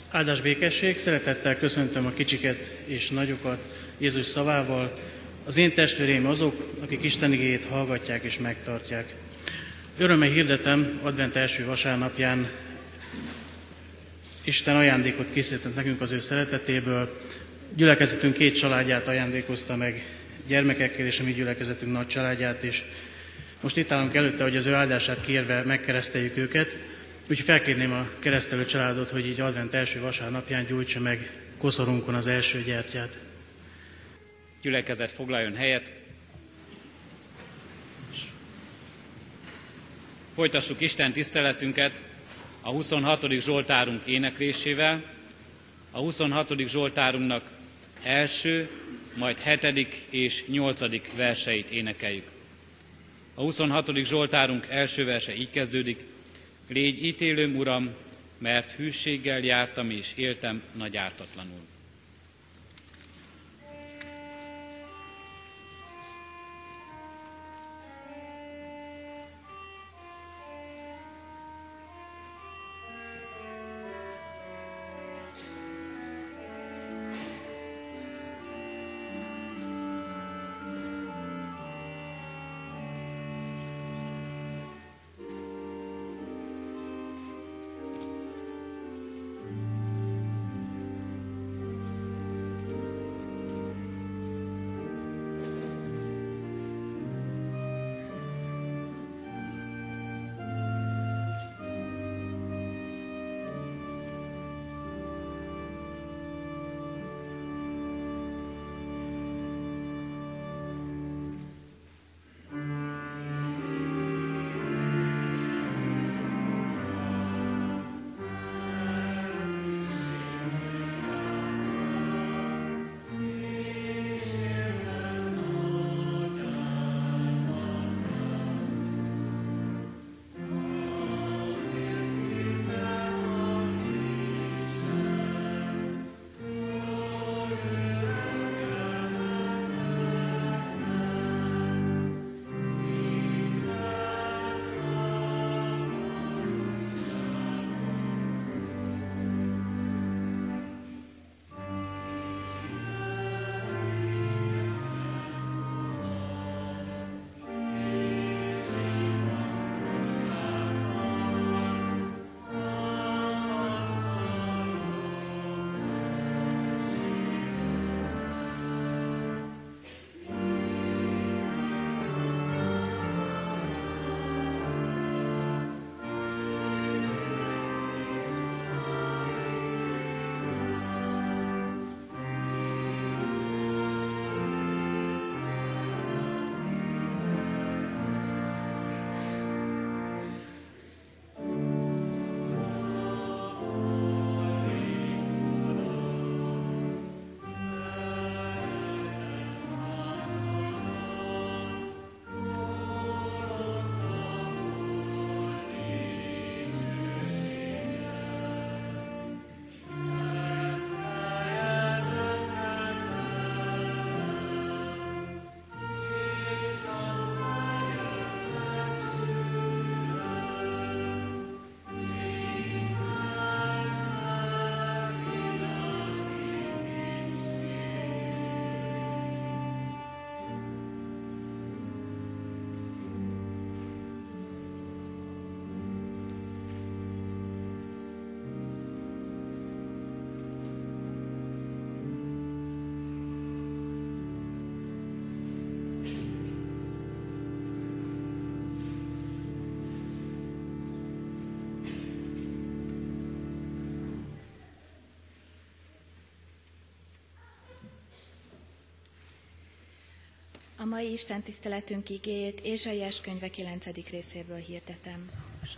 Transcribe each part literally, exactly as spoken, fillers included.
Áldás békesség, szeretettel köszöntöm a kicsiket és nagyokat Jézus szavával. Az én testvéreim azok, akik Isten igéjét hallgatják és megtartják. Örömmel hirdetem, advent első vasárnapján Isten ajándékot készített nekünk az ő szeretetéből. Gyülekezetünk két családját ajándékozta meg gyermekekkel, és a mi gyülekezetünk nagy családját is. Most itt állunk előtte, hogy az ő áldását kérve megkereszteljük őket. Úgyhogy felkérném a keresztelő családot, hogy így advent első vasárnapján gyújtsa meg koszorunkon az első gyertyát. Gyülekezet foglaljon helyet. Folytassuk Isten tiszteletünket a huszonhatodik Zsoltárunk éneklésével. A huszonhatodik Zsoltárunknak első, majd hetedik és nyolcadik verseit énekeljük. A huszonhatodik Zsoltárunk első verse így kezdődik: Légy ítélőm, Uram, mert hűséggel jártam és éltem nagy ártatlanul. A mai Isten tiszteletünk igéjét Ézsaiás könyve kilencedik részéből hirdetem.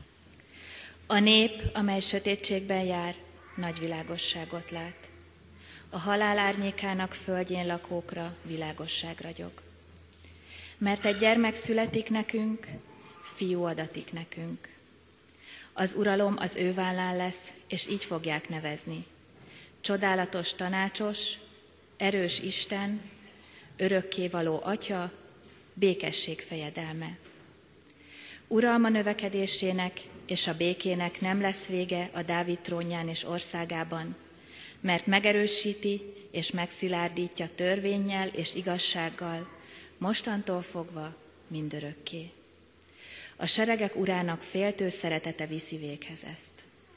A nép, amely sötétségben jár, nagy világosságot lát. A halál árnyékának földjén lakókra világosság ragyog. Mert egy gyermek születik nekünk, fiú adatik nekünk. Az uralom az ő vállán lesz, és így fogják nevezni. Csodálatos tanácsos, erős Isten, örökkévaló Atya, békesség fejedelme. Uralma növekedésének és a békének nem lesz vége a Dávid trónján és országában, mert megerősíti és megszilárdítja törvénnyel és igazsággal, mostantól fogva mindörökké. A seregek urának féltő szeretete viszi véghez ezt.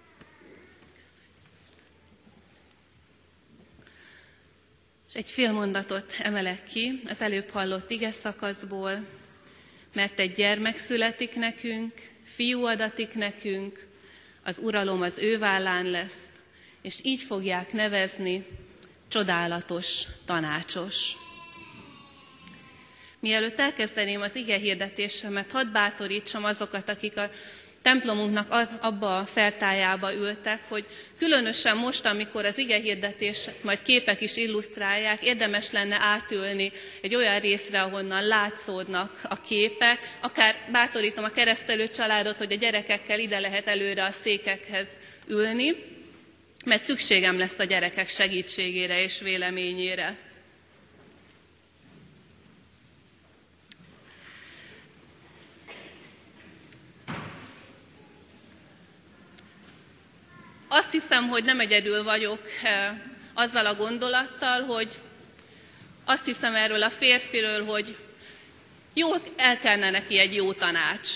És egy fél mondatot emelek ki az előbb hallott ige szakaszból, mert egy gyermek születik nekünk, fiú adatik nekünk, az uralom az ő vállán lesz, és így fogják nevezni, csodálatos, tanácsos. Mielőtt elkezdeném az ige hirdetésemet, hadd bátorítsam azokat, akik a templomunknak az, abba a feltájába ültek, hogy különösen most, amikor az ige hirdetés, majd képek is illusztrálják, érdemes lenne átülni egy olyan részre, ahonnan látszódnak a képek. Akár bátorítom a keresztelő családot, hogy a gyerekekkel ide lehet előre a székekhez ülni, mert szükségem lesz a gyerekek segítségére és véleményére. Azt hiszem, hogy nem egyedül vagyok azzal a gondolattal, hogy azt hiszem erről a férfiről, hogy jó, el kellene neki egy jó tanács.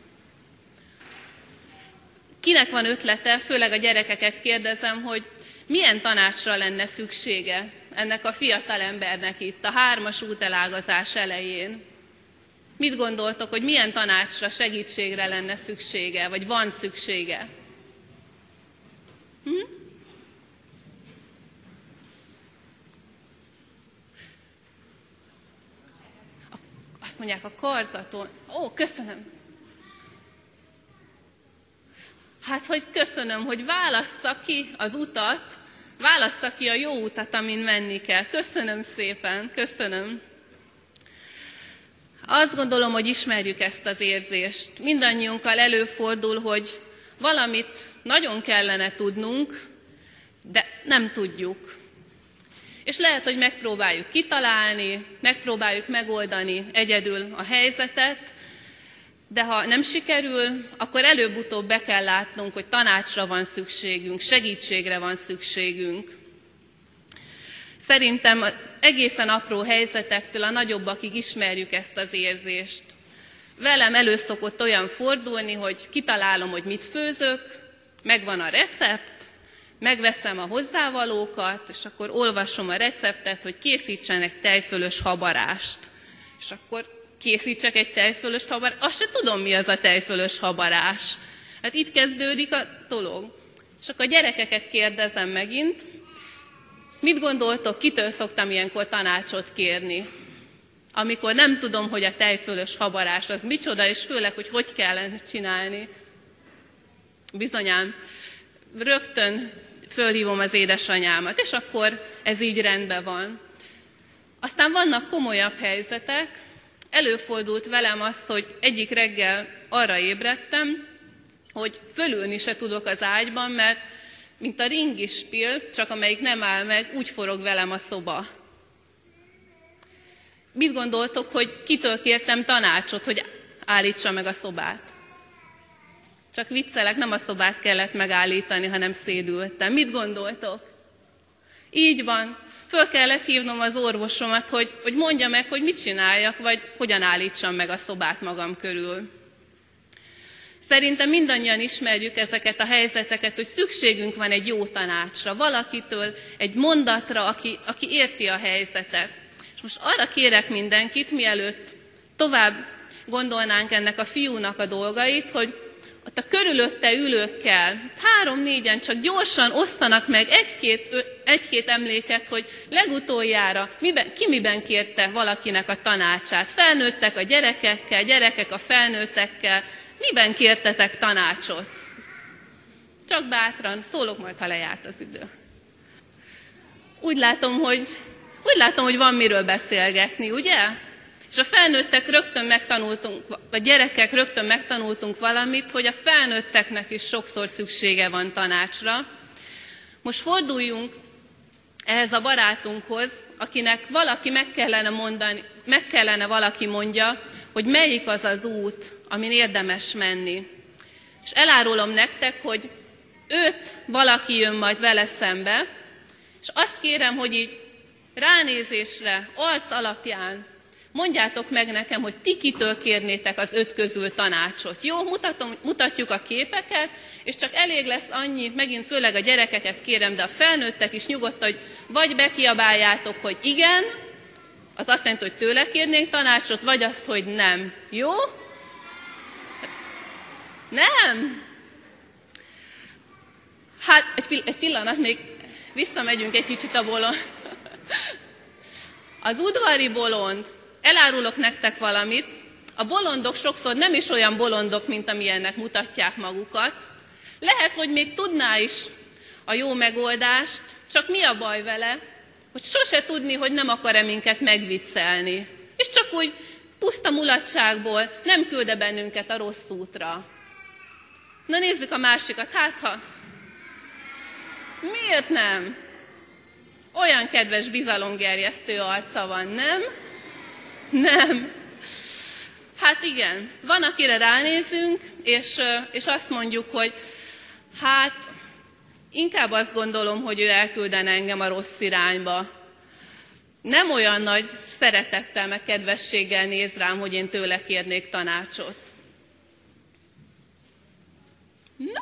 Kinek van ötlete, főleg a gyerekeket kérdezem, hogy milyen tanácsra lenne szüksége ennek a fiatal embernek itt, a hármas útelágazás elején? Mit gondoltok, hogy milyen tanácsra, segítségre lenne szüksége, vagy van szüksége? Hm? Azt mondják, a karzaton. Ó, köszönöm. Hát, hogy köszönöm, hogy válassza ki az utat, válassza ki a jó utat, amin menni kell. Köszönöm szépen, köszönöm. Azt gondolom, hogy ismerjük ezt az érzést. Mindannyiunkkal előfordul, hogy valamit nagyon kellene tudnunk, de nem tudjuk. És lehet, hogy megpróbáljuk kitalálni, megpróbáljuk megoldani egyedül a helyzetet, de ha nem sikerül, akkor előbb-utóbb be kell látnunk, hogy tanácsra van szükségünk, segítségre van szükségünk. Szerintem az egészen apró helyzetektől a nagyobbakig ismerjük ezt az érzést. Velem elő szokott olyan fordulni, hogy kitalálom, hogy mit főzök, megvan a recept, megveszem a hozzávalókat, és akkor olvasom a receptet, hogy készítsen egy tejfölös habarást. És akkor készítsek egy tejfölös habarást, azt se tudom, mi az a tejfölös habarás. Hát itt kezdődik a dolog. És akkor a gyerekeket kérdezem megint, mit gondoltok, kitől szoktam ilyenkor tanácsot kérni? Amikor nem tudom, hogy a tejfölös habarás az micsoda, és főleg, hogy hogy kellene csinálni. Bizonyám, rögtön fölhívom az édesanyámat, és akkor ez így rendben van. Aztán vannak komolyabb helyzetek. Előfordult velem az, hogy egyik reggel arra ébredtem, hogy fölülni se tudok az ágyban, mert mint a ringispil, csak amelyik nem áll meg, úgy forog velem a szoba. Mit gondoltok, hogy kitől kértem tanácsot, hogy állítsa meg a szobát? Csak viccelek, nem a szobát kellett megállítani, hanem szédültem. Mit gondoltok? Így van. Föl kellett hívnom az orvosomat, hogy, hogy mondja meg, hogy mit csináljak, vagy hogyan állítsam meg a szobát magam körül. Szerintem mindannyian ismerjük ezeket a helyzeteket, hogy szükségünk van egy jó tanácsra, valakitől, egy mondatra, aki, aki érti a helyzetet. És most arra kérek mindenkit, mielőtt tovább gondolnánk ennek a fiúnak a dolgait, hogy ott a körülötte ülőkkel három-négyen csak gyorsan osztanak meg egy-két, egy-két emléket, hogy legutoljára miben, ki miben kérte valakinek a tanácsát. Felnőttek a gyerekekkel, gyerekek a felnőttekkel. Miben kértetek tanácsot? Csak bátran, szólok majd, ha lejárt az idő. Úgy látom, hogy, úgy látom, hogy van miről beszélgetni, ugye? És a felnőttek rögtön megtanultunk, vagy gyerekek rögtön megtanultunk valamit, hogy a felnőtteknek is sokszor szüksége van tanácsra. Most forduljunk ehhez a barátunkhoz, akinek valaki meg kellene mondani, meg kellene valaki mondja, hogy melyik az az út, amin érdemes menni. És elárulom nektek, hogy öt valaki jön majd vele szembe, és azt kérem, hogy így ránézésre, arc alapján mondjátok meg nekem, hogy ti kitől kérnétek az öt közül tanácsot. Jó, mutatom, mutatjuk a képeket, és csak elég lesz annyi, megint főleg a gyerekeket kérem, de a felnőttek is nyugodtan, hogy vagy bekiabáljátok, hogy igen, az azt jelenti, hogy tőle kérnénk tanácsot, vagy azt, hogy nem. Jó? Nem? Hát egy, egy pillanat, még visszamegyünk egy kicsit a bolond. Az udvari bolond, elárulok nektek valamit, a bolondok sokszor nem is olyan bolondok, mint amilyennek mutatják magukat. Lehet, hogy még tudná is a jó megoldást, csak mi a baj vele, hogy sose tudni, hogy nem akar-e minket megviccelni. És csak úgy puszta mulatságból nem külde bennünket a rossz útra. Na nézzük a másikat, hát ha... Miért nem? Olyan kedves, bizalomgerjesztő arca van, nem? Nem. Hát igen, van, akire ránézünk, és, és azt mondjuk, hogy hát inkább azt gondolom, hogy ő elküldene engem a rossz irányba. Nem olyan nagy szeretettel, meg kedvességgel néz rám, hogy én tőle kérnék tanácsot. Na.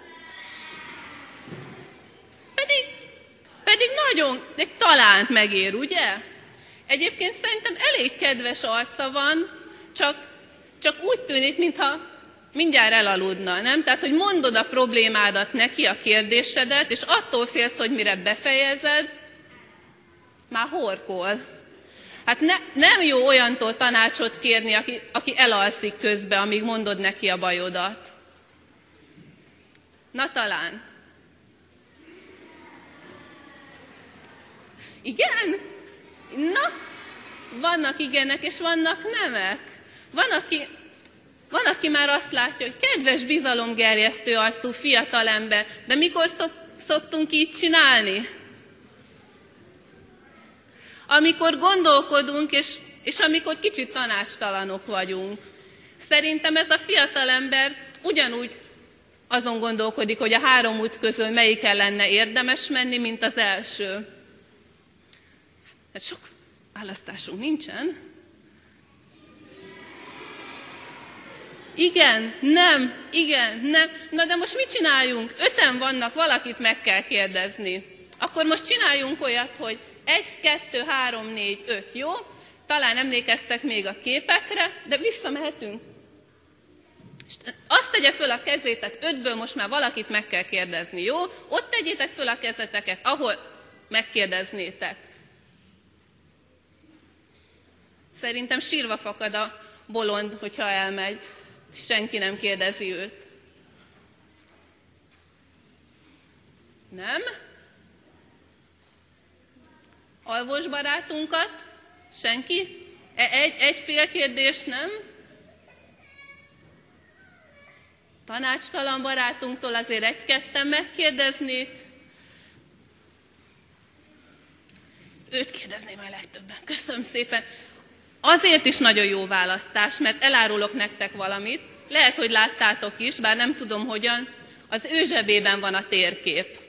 Pedig, pedig nagyon, egy talánt megér, ugye? Egyébként szerintem elég kedves arca van, csak, csak úgy tűnik, mintha mindjárt elaludna, nem? Tehát, hogy mondod a problémádat neki, a kérdésedet, és attól félsz, hogy mire befejezed, már horkol. Hát ne, nem jó olyantól tanácsot kérni, aki, aki elalszik közbe, amíg mondod neki a bajodat. Na talán. Igen? Na, vannak igenek, és vannak nemek. Van, aki, van, aki már azt látja, hogy kedves, bizalomgerjesztő arcú fiatalember, de mikor szok, szoktunk így csinálni? Amikor gondolkodunk, és, és amikor kicsit tanácstalanok vagyunk. Szerintem ez a fiatalember ugyanúgy azon gondolkodik, hogy a három út közül melyiken lenne érdemes menni, mint az első. Hát sok választásunk nincsen. Igen, nem, igen, nem. Na de most mit csináljunk? Öten vannak, valakit meg kell kérdezni. Akkor most csináljunk olyat, hogy egy, kettő, három, négy, öt, jó? Talán emlékeztek még a képekre, de visszamehetünk. Azt tegye föl a kezét, tehát ötből most már valakit meg kell kérdezni, jó? Ott tegyétek föl a kezeteket, ahol megkérdeznétek. Szerintem sírva fakad a bolond, hogyha elmegy. Senki nem kérdezi őt. Nem? Alvos barátunkat? Senki? Egy, egy fél kérdés, nem? Tanácstalan barátunktól azért egy-ketten megkérdeznék. Őt kérdezném a legtöbben. Köszönöm szépen. Azért is nagyon jó választás, mert elárulok nektek valamit. Lehet, hogy láttátok is, bár nem tudom hogyan. Az ő zsebében van a térkép.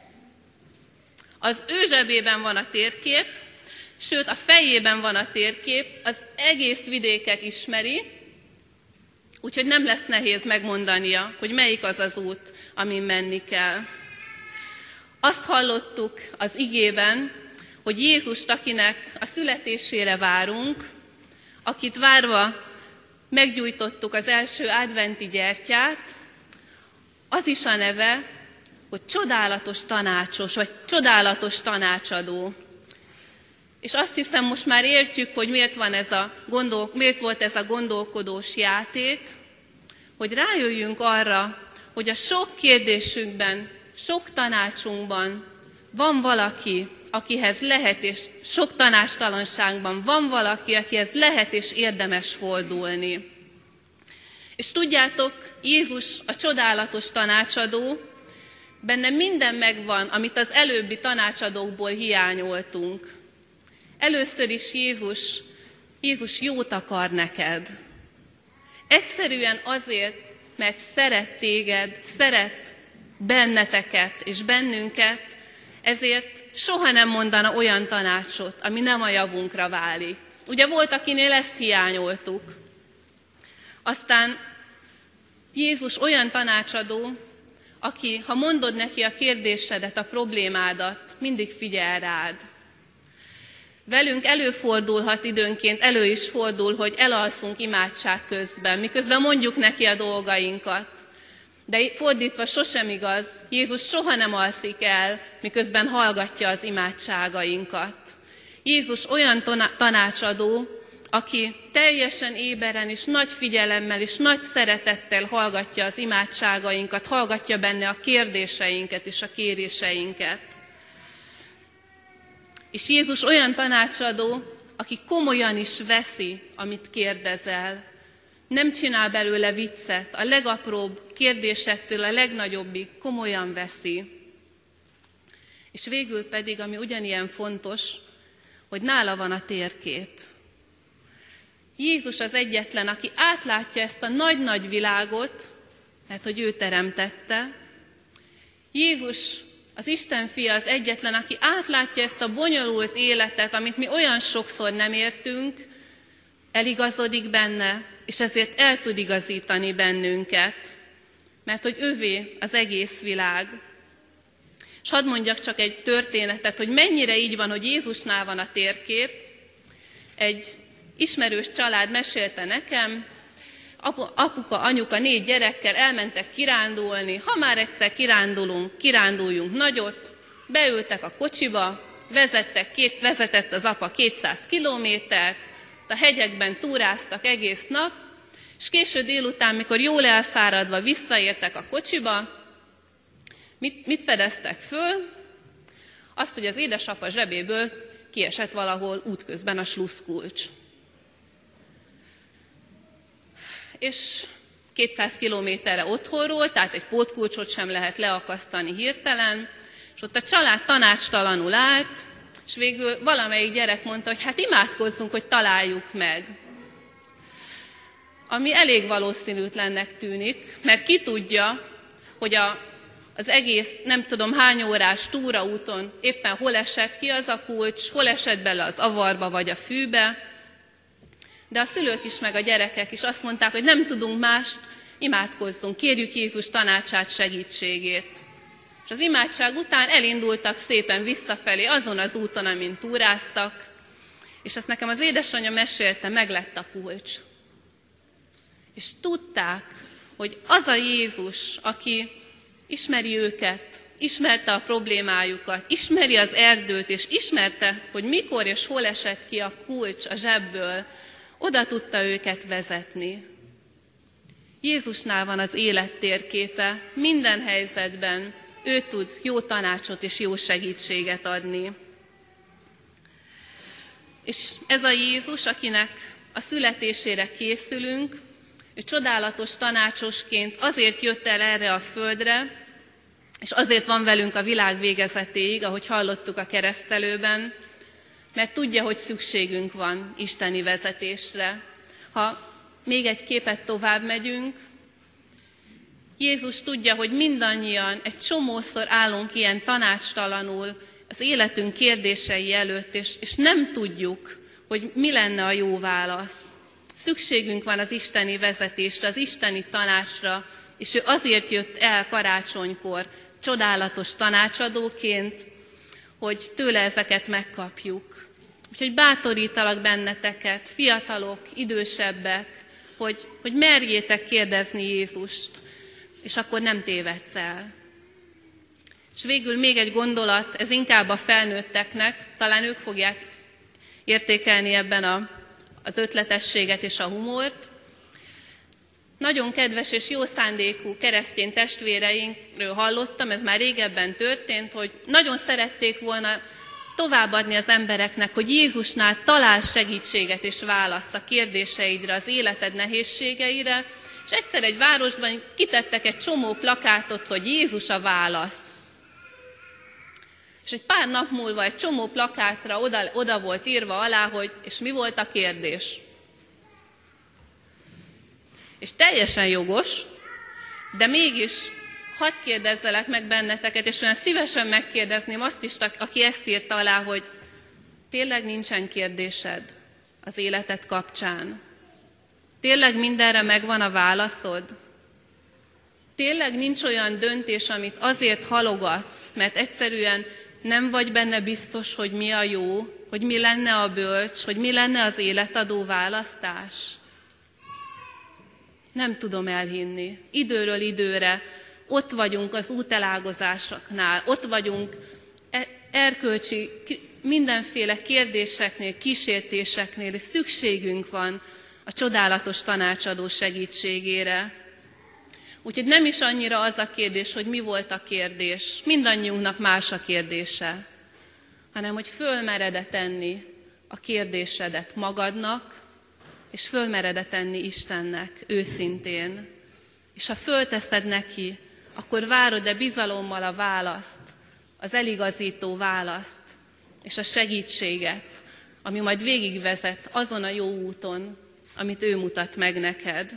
Az ő zsebében van a térkép, sőt a fejében van a térkép, az egész vidéket ismeri, úgyhogy nem lesz nehéz megmondania, hogy melyik az az út, amin menni kell. Azt hallottuk az igében, hogy Jézust, akinek a születésére várunk, akit várva meggyújtottuk az első adventi gyertyát, az is a neve, hogy csodálatos tanácsos, vagy csodálatos tanácsadó. És azt hiszem, most már értjük, hogy miért, van ez a gondol, miért volt ez a gondolkodós játék, hogy rájöjjünk arra, hogy a sok kérdésünkben, sok tanácsunkban van valaki, akihez lehet, és sok tanácstalanságban van valaki, akihez lehet és érdemes fordulni. És tudjátok, Jézus a csodálatos tanácsadó, benne minden megvan, amit az előbbi tanácsadókból hiányoltunk. Először is Jézus, Jézus jót akar neked. Egyszerűen azért, mert szeret téged, szeret benneteket és bennünket, ezért soha nem mondana olyan tanácsot, ami nem a javunkra válik. Ugye volt, akinél ezt hiányoltuk. Aztán Jézus olyan tanácsadó, aki, ha mondod neki a kérdésedet, a problémádat, mindig figyel rád. Velünk előfordulhat időnként, elő is fordul, hogy elalszunk imádság közben, miközben mondjuk neki a dolgainkat. De fordítva sosem igaz, Jézus soha nem alszik el, miközben hallgatja az imádságainkat. Jézus olyan tanácsadó, aki teljesen éberen és nagy figyelemmel és nagy szeretettel hallgatja az imádságainkat, hallgatja benne a kérdéseinket és a kéréseinket. És Jézus olyan tanácsadó, aki komolyan is veszi, amit kérdezel. Nem csinál belőle viccet, a legapróbb kérdésektől a legnagyobbig komolyan veszi. És végül pedig, ami ugyanilyen fontos, hogy nála van a térkép. Jézus az egyetlen, aki átlátja ezt a nagy-nagy világot, mert hogy ő teremtette. Jézus, az Isten fia az egyetlen, aki átlátja ezt a bonyolult életet, amit mi olyan sokszor nem értünk, eligazodik benne, és ezért el tud igazítani bennünket, mert hogy ővé az egész világ. És hadd mondjak csak egy történetet, hogy mennyire így van, hogy Jézusnál van a térkép. Egy ismerős család mesélte nekem, apuka, anyuka, négy gyerekkel elmentek kirándulni, ha már egyszer kirándulunk, kiránduljunk nagyot, beültek a kocsiba, vezettek, két, vezetett az apa kétszáz kilométert, a hegyekben túráztak egész nap, és késő délután, mikor jól elfáradva visszaértek a kocsiba, mit, mit fedeztek föl? Azt, hogy az édesapa zsebéből kiesett valahol útközben a slusszkulcs. És kétszáz kilométerre otthonról, tehát egy pótkulcsot sem lehet leakasztani hirtelen, és ott a család tanácstalanul állt, és végül valamelyik gyerek mondta, hogy hát imádkozzunk, hogy találjuk meg. Ami elég valószínűtlennek tűnik, mert ki tudja, hogy a, az egész nem tudom hány órás túraúton éppen hol esett ki az a kulcs, hol esett bele az avarba vagy a fűbe, de a szülők is meg a gyerekek is azt mondták, hogy nem tudunk mást, imádkozzunk, kérjük Jézus tanácsát, segítségét. És az imádság után elindultak szépen visszafelé azon az úton, amin túráztak, és azt nekem az édesanyja mesélte, meglett a kulcs. És tudták, hogy az a Jézus, aki ismeri őket, ismerte a problémájukat, ismeri az erdőt, és ismerte, hogy mikor és hol esett ki a kulcs a zsebből, oda tudta őket vezetni. Jézusnál van az élet térképe, minden helyzetben ő tud jó tanácsot és jó segítséget adni. És ez a Jézus, akinek a születésére készülünk, ő csodálatos tanácsosként azért jött el erre a földre, és azért van velünk a világ végezetéig, ahogy hallottuk a keresztelőben, mert tudja, hogy szükségünk van isteni vezetésre. Ha még egy képet tovább megyünk, Jézus tudja, hogy mindannyian egy csomószor állunk ilyen tanácstalanul az életünk kérdései előtt, és, és nem tudjuk, hogy mi lenne a jó válasz. Szükségünk van az isteni vezetésre, az isteni tanácsra, és ő azért jött el karácsonykor csodálatos tanácsadóként, hogy tőle ezeket megkapjuk. Úgyhogy bátorítalak benneteket, fiatalok, idősebbek, hogy, hogy merjétek kérdezni Jézust, és akkor nem tévedsz el. És végül még egy gondolat, ez inkább a felnőtteknek, talán ők fogják értékelni ebben a, az ötletességet és a humort. Nagyon kedves és jó szándékú keresztény testvéreinkről hallottam, ez már régebben történt, hogy nagyon szerették volna továbbadni az embereknek, hogy Jézusnál találsz segítséget és választ a kérdéseidre, az életed nehézségeire, és egyszer egy városban kitettek egy csomó plakátot, hogy Jézus a válasz. És egy pár nap múlva egy csomó plakátra oda, oda volt írva alá, hogy és mi volt a kérdés. És teljesen jogos, De mégis hadd kérdezzelek meg benneteket, és olyan szívesen megkérdezném azt is, aki ezt írta alá, hogy tényleg nincsen kérdésed az életed kapcsán? Tényleg mindenre megvan a válaszod? Tényleg nincs olyan döntés, amit azért halogatsz, mert egyszerűen nem vagy benne biztos, hogy mi a jó, hogy mi lenne a bölcs, hogy mi lenne az életadó választás? Nem tudom elhinni. Időről időre ott vagyunk az útelágazásoknál, ott vagyunk erkölcsi mindenféle kérdéseknél, kísértéseknél, és szükségünk van a csodálatos tanácsadó segítségére. Úgyhogy nem is annyira az a kérdés, hogy mi volt a kérdés, mindannyiunknak más a kérdése, hanem hogy fölmered-e tenni a kérdésedet magadnak, és fölmered-e tenni Istennek őszintén. És ha fölteszed neki, akkor várod-e bizalommal a választ, az eligazító választ, és a segítséget, ami majd végigvezet azon a jó úton, amit ő mutat meg neked.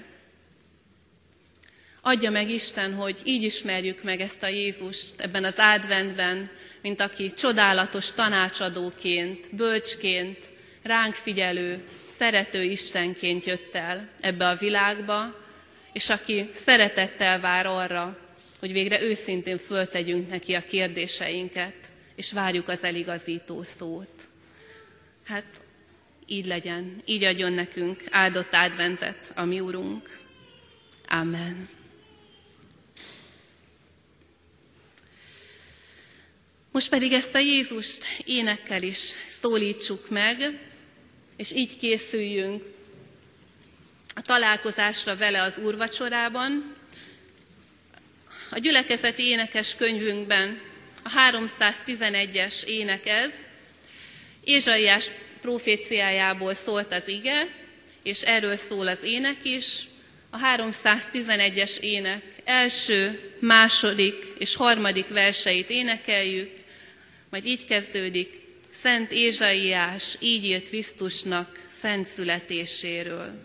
Adja meg Isten, hogy így ismerjük meg ezt a Jézust ebben az adventben, mint aki csodálatos tanácsadóként, bölcsként, ránk figyelő, szerető Istenként jött el ebbe a világba, és aki szeretettel vár arra, hogy végre őszintén föltegyünk neki a kérdéseinket, és várjuk az eligazító szót. Hát így legyen, így adjon nekünk áldott adventet a mi Urunk. Amen. Most pedig ezt a Jézust énekkel is szólítsuk meg, és így készüljünk a találkozásra vele az úrvacsorában. A gyülekezeti énekes könyvünkben a háromszáztizenegyes ének ez, Ézsaiás proféciájából szólt az ige, és erről szól az ének is. A háromszáztizenegyes ének első, második és harmadik verseit énekeljük, majd így kezdődik: Szent Ézsaiás így ír Krisztusnak szent születéséről.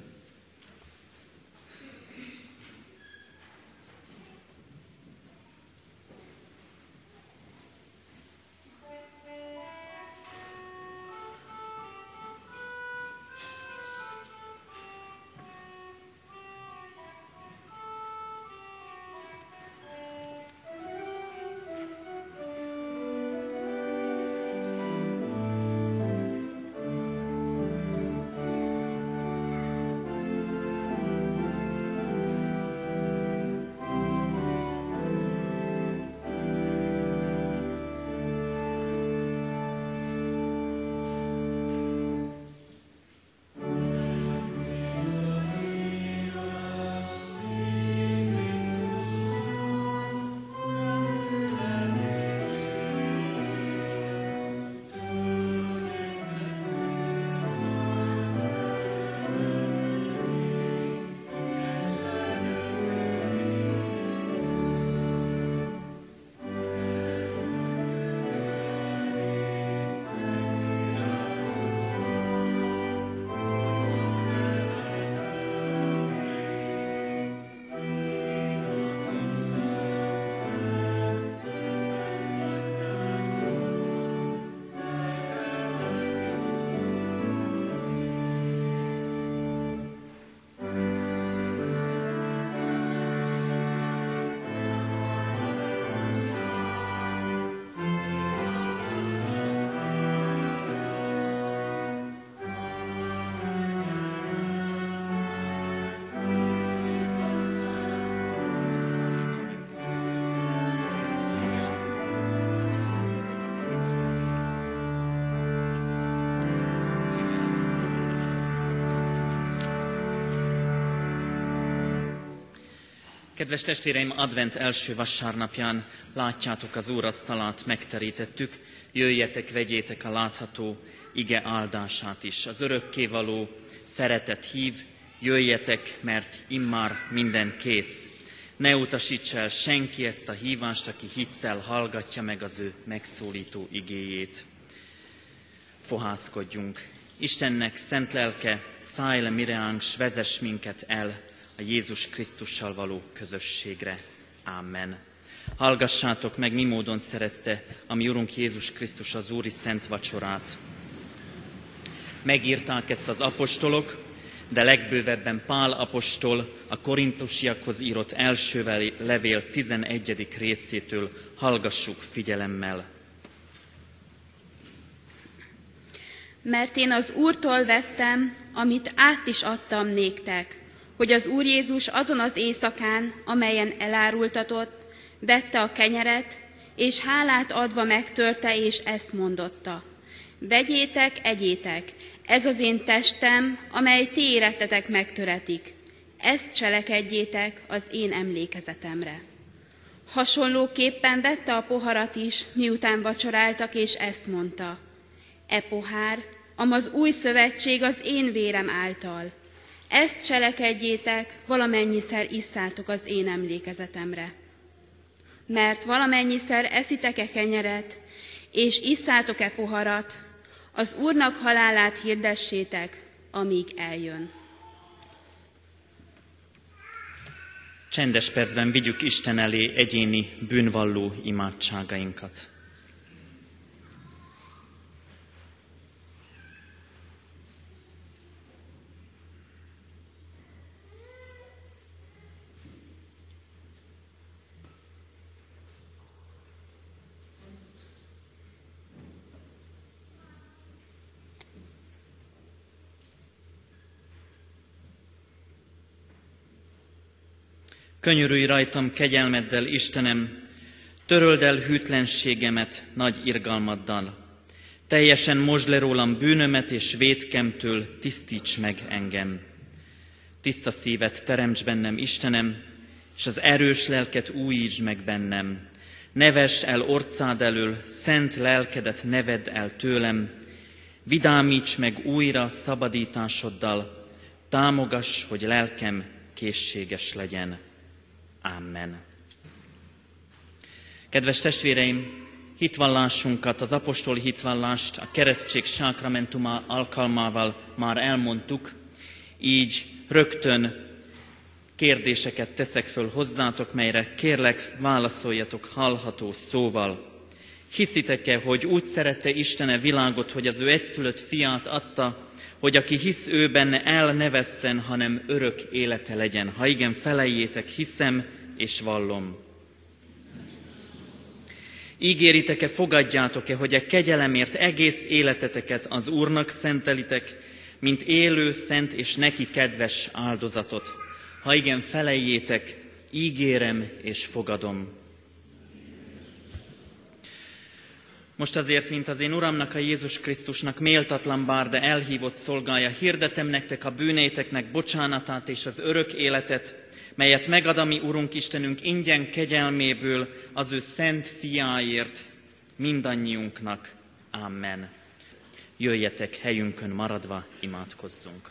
Kedves testvéreim, advent első vasárnapján látjátok, az úrasztalát megterítettük, jöjjetek, vegyétek a látható ige áldását is. Az örökkévaló szeretet hív, jöjjetek, mert immár minden kész. Ne utasíts el senki ezt a hívást, aki hittel hallgatja meg az ő megszólító igéjét. Fohászkodjunk. Istennek szent lelke, szállj le mireánk, s vezess minket el a Jézus Krisztussal való közösségre. Amen. Hallgassátok meg, mi módon szerezte a mi Urunk Jézus Krisztus az úri szent vacsorát. Megírták ezt az apostolok, de legbővebben Pál apostol a korintusiakhoz írott első levél tizenegyedik részétől. Hallgassuk figyelemmel. Mert én az Úrtól vettem, amit át is adtam néktek, hogy az Úr Jézus azon az éjszakán, amelyen elárultatott, vette a kenyeret, és hálát adva megtörte, és ezt mondotta: vegyétek, egyétek, ez az én testem, amely ti érettetek megtöretik. Ezt cselekedjétek az én emlékezetemre. Hasonlóképpen vette a poharat is, miután vacsoráltak, és ezt mondta: e pohár, amaz új szövetség az én vérem által. Ezt cselekedjétek, valamennyiszer isszátok az én emlékezetemre. Mert valamennyiszer eszitek-e kenyeret, és isszátok-e poharat, az Úrnak halálát hirdessétek, amíg eljön. Csendes percben vigyük Isten elé egyéni bűnvalló imádságainkat. Könyörülj rajtam kegyelmeddel, Istenem, töröld el hűtlenségemet nagy irgalmaddal. Teljesen mosd le rólam bűnömet, és vétkemtől tisztíts meg engem. Tiszta szívet teremts bennem, Istenem, és az erős lelket újítsd meg bennem. Ne vess el orcád elől, szent lelkedet ne vedd el tőlem. Vidámíts meg újra szabadításoddal, támogass, hogy lelkem készséges legyen. Amen. Kedves testvéreim, hitvallásunkat, az apostoli hitvallást a keresztség sákramentuma alkalmával már elmondtuk, így rögtön kérdéseket teszek föl hozzátok, melyre kérlek válaszoljatok hallható szóval. Hiszitek-e, hogy úgy szerette Isten a világot, hogy az ő egyszülött fiát adta, hogy aki hisz őben el ne vesszen, hanem örök élete legyen? Ha igen, feleljétek, hiszem és vallom. Ígéritek-e, fogadjátok-e, hogy a kegyelemért egész életeteket az Úrnak szentelitek, mint élő, szent és neki kedves áldozatot? Ha igen, feleljétek, ígérem és fogadom. Most azért, mint az én Uramnak, a Jézus Krisztusnak méltatlan bár, de elhívott szolgája, hirdetem nektek a bűnéteknek bocsánatát és az örök életet, melyet megad a mi Urunk Istenünk ingyen kegyelméből az ő szent fiáért mindannyiunknak. Amen. Jöjjetek, helyünkön maradva, imádkozzunk.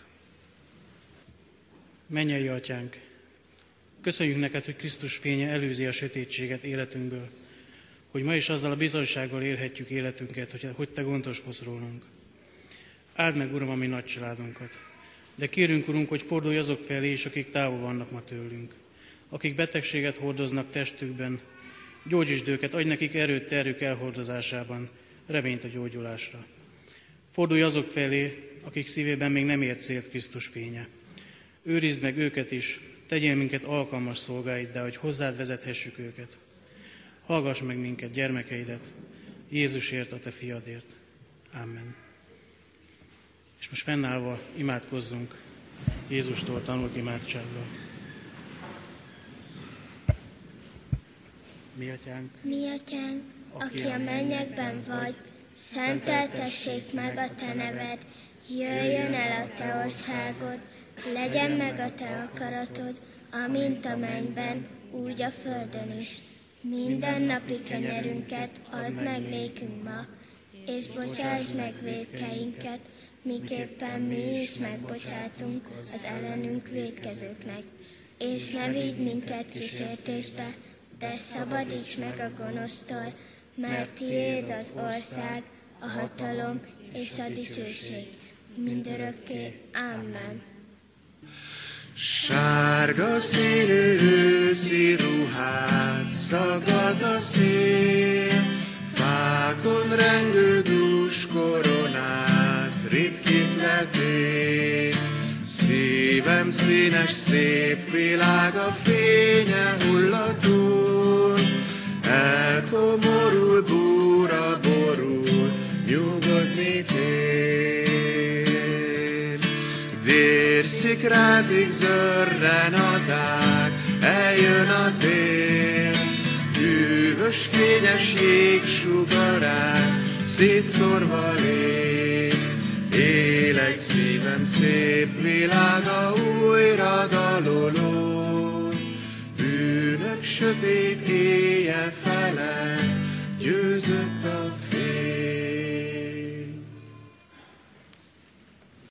Mennyei Atyánk, köszönjük neked, hogy Krisztus fénye előzi a sötétséget életünkből, hogy ma is azzal a bizonysággal élhetjük életünket, hogy, hogy te gondoskodsz rólunk. Áld meg, Uram, a mi nagy családunkat, de kérünk, Urunk, hogy fordulj azok felé is, akik távol vannak ma tőlünk, akik betegséget hordoznak testükben, gyógyítsd őket, adj nekik erőt terhük elhordozásában, reményt a gyógyulásra. Fordulj azok felé, akik szívében még nem ért célt Krisztus fénye. Őrizd meg őket is, tegyél minket alkalmas szolgáiddá, hogy hozzád vezethessük őket. Hallgass meg minket, gyermekeidet, Jézusért, a te fiadért. Amen. És most fennállva imádkozzunk Jézustól tanult imádsággal. Mi atyánk, Mi atyánk, aki a mennyekben vagy, szenteltessék meg a te neved, jöjjön el a te országod, legyen meg a te akaratod, amint a mennyben, úgy a földön is. Minden napi kenyerünket add meg nékünk ma, és bocsáss meg vétkeinket, miképpen mi is megbocsátunk az ellenünk vétkezőknek. És ne vigy minket kísértésbe, de szabadíts meg a gonosztól, mert tiéd az ország, a hatalom és a dicsőség mindörökké. Amen. Sárga színű őszi ruhát szaggat a szél, fákon rengő dús koronát ritkít letél. Szívem színes, szép világ, a fénye hullatól, elkomorul, búra borul, nyugodni tér. Dérszikrázik, zörren az ág, eljön a tél, hűvös, fényes jégsugarán szétszórva lép. Él egy szívem szép világa újra daloló, bűnök sötét éje fele győzött